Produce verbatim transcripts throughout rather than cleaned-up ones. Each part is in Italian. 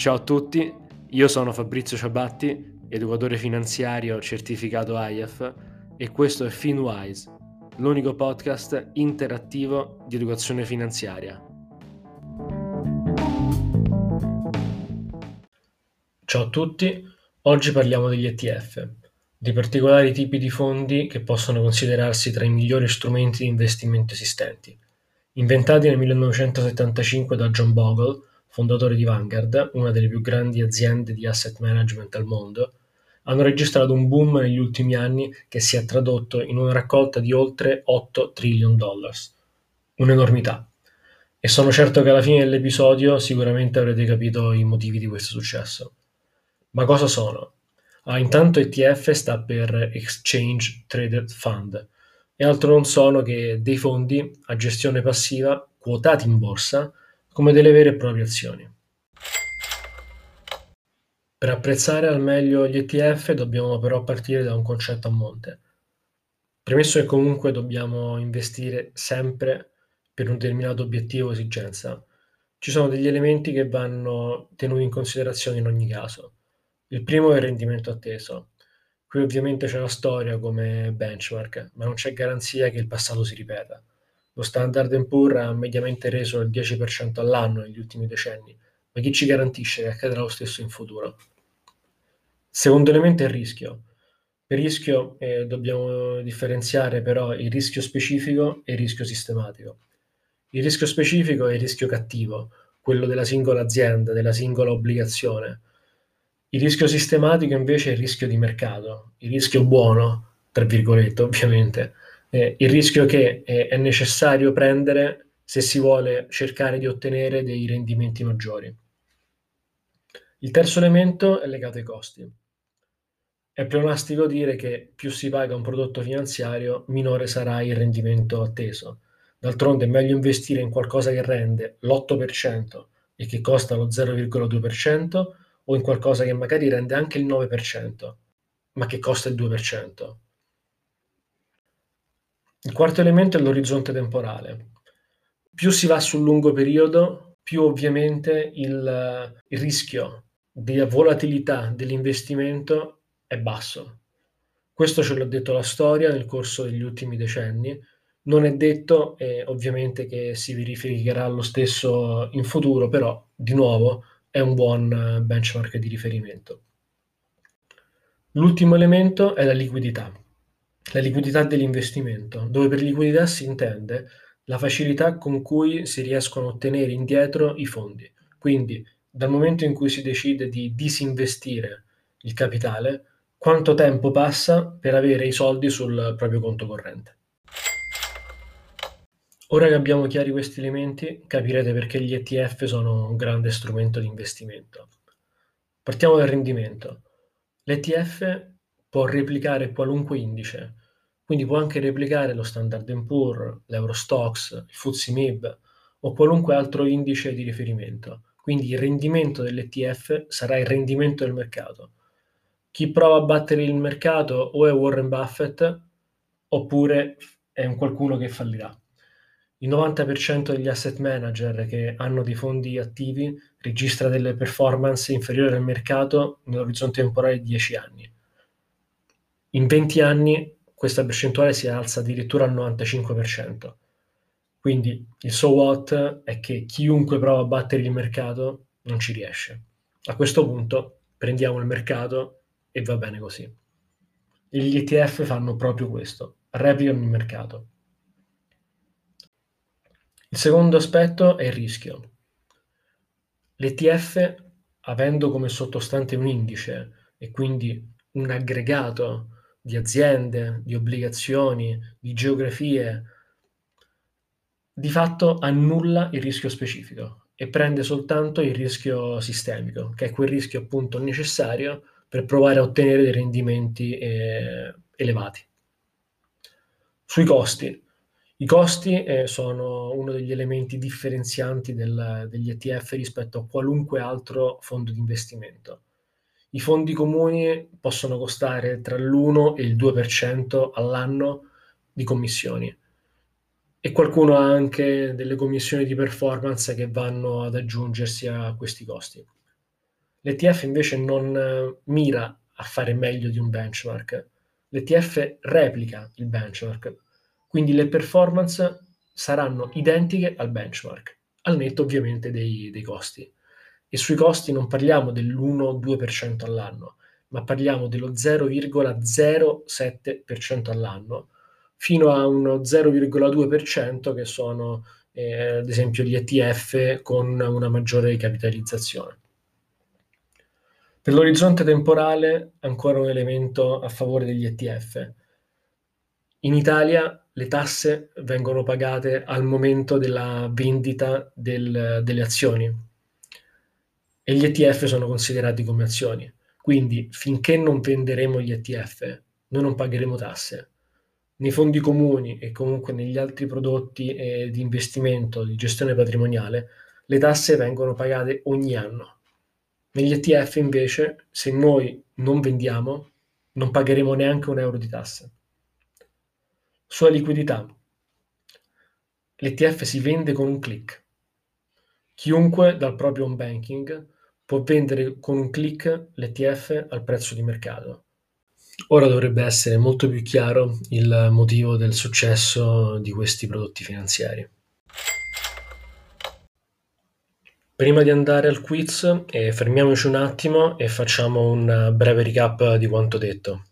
Ciao a tutti, io sono Fabrizio Ciabatti, educatore finanziario certificato I A F e questo è FinWise, l'unico podcast interattivo di educazione finanziaria. Ciao a tutti, oggi parliamo degli E T F, di particolari tipi di fondi che possono considerarsi tra i migliori strumenti di investimento esistenti. Inventati nel millenovecentosettantacinque da John Bogle, fondatore di Vanguard, una delle più grandi aziende di asset management al mondo, hanno registrato un boom negli ultimi anni che si è tradotto in una raccolta di oltre otto trillion dollars. Un'enormità. E sono certo che alla fine dell'episodio sicuramente avrete capito i motivi di questo successo. Ma cosa sono? Ah, intanto E T F sta per Exchange Traded Fund, e altro non sono che dei fondi a gestione passiva quotati in borsa come delle vere e proprie azioni. Per apprezzare al meglio gli E T F dobbiamo però partire da un concetto a monte. Premesso che comunque dobbiamo investire sempre per un determinato obiettivo o esigenza, ci sono degli elementi che vanno tenuti in considerazione in ogni caso. Il primo è il rendimento atteso. Qui ovviamente c'è la storia come benchmark, ma non c'è garanzia che il passato si ripeta. Lo Standard and Poor's ha mediamente reso il dieci per cento all'anno negli ultimi decenni, ma chi ci garantisce che accadrà lo stesso in futuro? Secondo elemento è il rischio. Per rischio eh, dobbiamo differenziare però il rischio specifico e il rischio sistematico. Il rischio specifico è il rischio cattivo, quello della singola azienda, della singola obbligazione. Il rischio sistematico invece è il rischio di mercato, il rischio buono, tra virgolette ovviamente, eh, il rischio che eh, è necessario prendere se si vuole cercare di ottenere dei rendimenti maggiori. Il terzo elemento è legato ai costi. È pleonastico dire che più si paga un prodotto finanziario, minore sarà il rendimento atteso. D'altronde è meglio investire in qualcosa che rende l'otto per cento e che costa lo zero virgola due per cento o in qualcosa che magari rende anche il nove per cento, ma che costa il due per cento. Il quarto elemento è l'orizzonte temporale. Più si va sul lungo periodo, più ovviamente il, il rischio di volatilità dell'investimento è basso. Questo ce l'ha detto la storia nel corso degli ultimi decenni. Non è detto, eh, ovviamente, che si verificherà lo stesso in futuro, però, di nuovo, è un buon eh, benchmark di riferimento. L'ultimo elemento è la liquidità. La liquidità dell'investimento, dove per liquidità si intende la facilità con cui si riescono a ottenere indietro i fondi. Quindi, dal momento in cui si decide di disinvestire il capitale, quanto tempo passa per avere i soldi sul proprio conto corrente. Ora che abbiamo chiari questi elementi, capirete perché gli E T F sono un grande strumento di investimento. Partiamo dal rendimento. L'E T F può replicare qualunque indice, quindi può anche replicare lo Standard and Poor's, l'Eurostoxx, il F T S E MIB o qualunque altro indice di riferimento. Quindi il rendimento dell'E T F sarà il rendimento del mercato. Chi prova a battere il mercato o è Warren Buffett oppure è un qualcuno che fallirà. Il novanta per cento degli asset manager che hanno dei fondi attivi registra delle performance inferiori al mercato nell'orizzonte temporale di dieci anni. In venti anni questa percentuale si alza addirittura al novantacinque per cento. Quindi il so what è che chiunque prova a battere il mercato non ci riesce. A questo punto prendiamo il mercato e va bene così. E gli E T F fanno proprio questo, replicano il mercato. Il secondo aspetto è il rischio. L'E T F, avendo come sottostante un indice e quindi un aggregato di aziende, di obbligazioni, di geografie, di fatto annulla il rischio specifico e prende soltanto il rischio sistemico, che è quel rischio appunto necessario per provare a ottenere dei rendimenti eh, elevati. Sui costi. I costi eh, sono uno degli elementi differenzianti del- degli E T F rispetto a qualunque altro fondo di investimento. I fondi comuni possono costare tra l'uno e il due per cento all'anno di commissioni e qualcuno ha anche delle commissioni di performance che vanno ad aggiungersi a questi costi. L'E T F invece non eh, mira a fare meglio di un benchmark, l'E T F replica il benchmark, quindi le performance saranno identiche al benchmark, al netto ovviamente dei, dei costi. E sui costi non parliamo dell'uno-due per cento all'anno, ma parliamo dello zero virgola zero sette per cento all'anno, fino a uno zero virgola due per cento che sono eh, ad esempio gli E T F con una maggiore capitalizzazione. Per l'orizzonte temporale, ancora un elemento a favore degli E T F. In Italia le tasse vengono pagate al momento della vendita del- delle azioni e gli E T F sono considerati come azioni. Quindi finché non venderemo gli E T F, noi non pagheremo tasse. Nei fondi comuni e comunque negli altri prodotti eh, di investimento, di gestione patrimoniale, le tasse vengono pagate ogni anno. Negli E T F invece, se noi non vendiamo, non pagheremo neanche un euro di tasse. Sua liquidità. L'E T F si vende con un click. Chiunque dal proprio home banking può vendere con un click l'E T F al prezzo di mercato. Ora dovrebbe essere molto più chiaro il motivo del successo di questi prodotti finanziari. Prima di andare al quiz, eh, fermiamoci un attimo e facciamo un breve recap di quanto detto.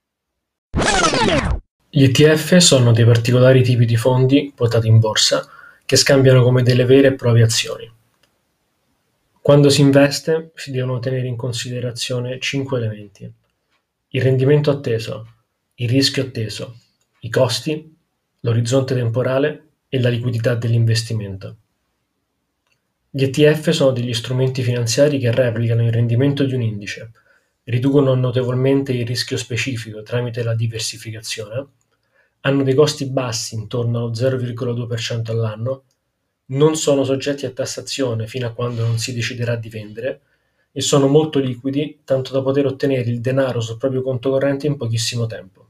Gli E T F sono dei particolari tipi di fondi quotati in borsa che scambiano come delle vere e proprie azioni. Quando si investe si devono tenere in considerazione cinque elementi: il rendimento atteso, il rischio atteso, i costi, l'orizzonte temporale e la liquidità dell'investimento. Gli E T F sono degli strumenti finanziari che replicano il rendimento di un indice, riducono notevolmente il rischio specifico tramite la diversificazione, hanno dei costi bassi intorno allo zero virgola due per cento all'anno, non sono soggetti a tassazione fino a quando non si deciderà di vendere e sono molto liquidi, tanto da poter ottenere il denaro sul proprio conto corrente in pochissimo tempo.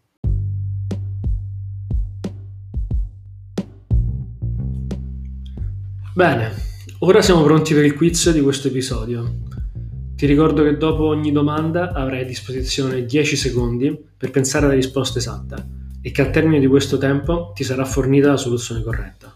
Bene, ora siamo pronti per il quiz di questo episodio. Ti ricordo che dopo ogni domanda avrai a disposizione dieci secondi per pensare alla risposta esatta e che al termine di questo tempo ti sarà fornita la soluzione corretta.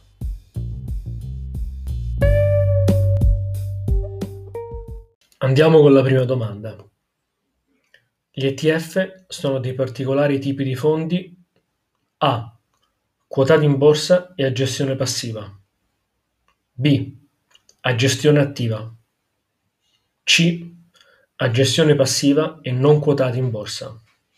Andiamo con la prima domanda. Gli E T F sono dei particolari tipi di fondi A. Quotati in borsa e a gestione passiva. B. A gestione attiva. C. A gestione passiva e non quotati in borsa.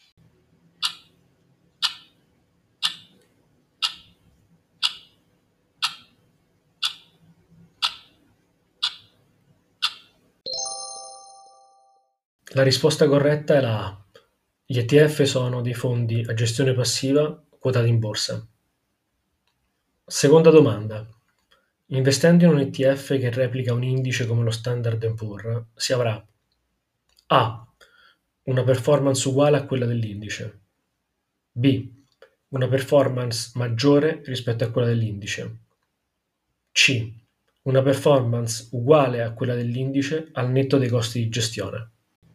La risposta corretta è la A. Gli E T F sono dei fondi a gestione passiva quotati in borsa. Seconda domanda. Investendo in un E T F che replica un indice come lo Standard and Poor's, si avrà A. Una performance uguale a quella dell'indice. B. Una performance maggiore rispetto a quella dell'indice. C. Una performance uguale a quella dell'indice al netto dei costi di gestione.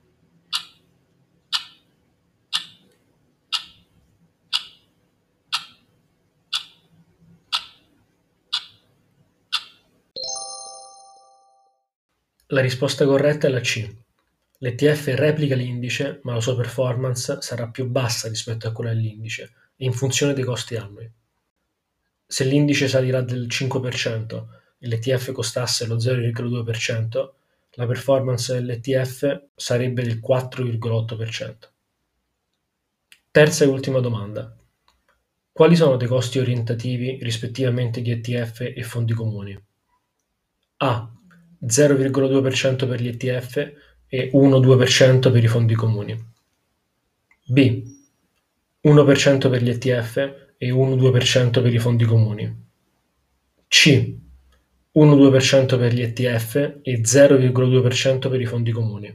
La risposta corretta è la C. L'E T F replica l'indice, ma la sua performance sarà più bassa rispetto a quella dell'indice, in funzione dei costi annui. Se l'indice salirà del cinque per cento e l'E T F costasse lo zero virgola due per cento, la performance dell'E T F sarebbe del quattro virgola otto per cento. Terza e ultima domanda. Quali sono dei costi orientativi rispettivamente di E T F e fondi comuni? A. zero virgola due per cento per gli E T F e uno-due per cento per i fondi comuni. B. uno per cento per gli E T F e uno-due per cento per i fondi comuni. C. uno-due per cento per gli E T F e zero virgola due per cento per i fondi comuni.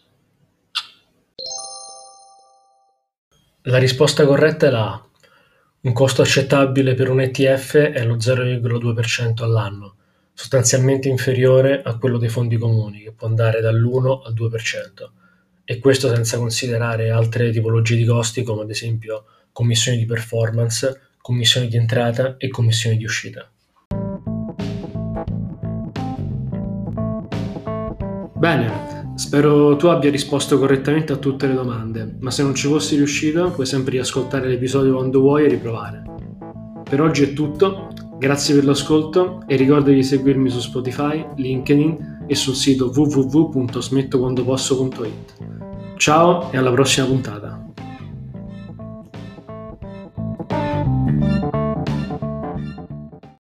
La risposta corretta è la A. Un costo accettabile per un E T F è lo zero virgola due per cento all'anno, sostanzialmente inferiore a quello dei fondi comuni, che può andare dall'uno al due per cento, e questo senza considerare altre tipologie di costi come ad esempio commissioni di performance, commissioni di entrata e commissioni di uscita. Bene, spero tu abbia risposto correttamente a tutte le domande, ma se non ci fossi riuscito puoi sempre riascoltare l'episodio quando vuoi e riprovare. Per oggi è tutto, grazie per l'ascolto e ricorda di seguirmi su Spotify, LinkedIn e sul sito w w w punto smettoquandoposso punto it. Ciao e alla prossima puntata!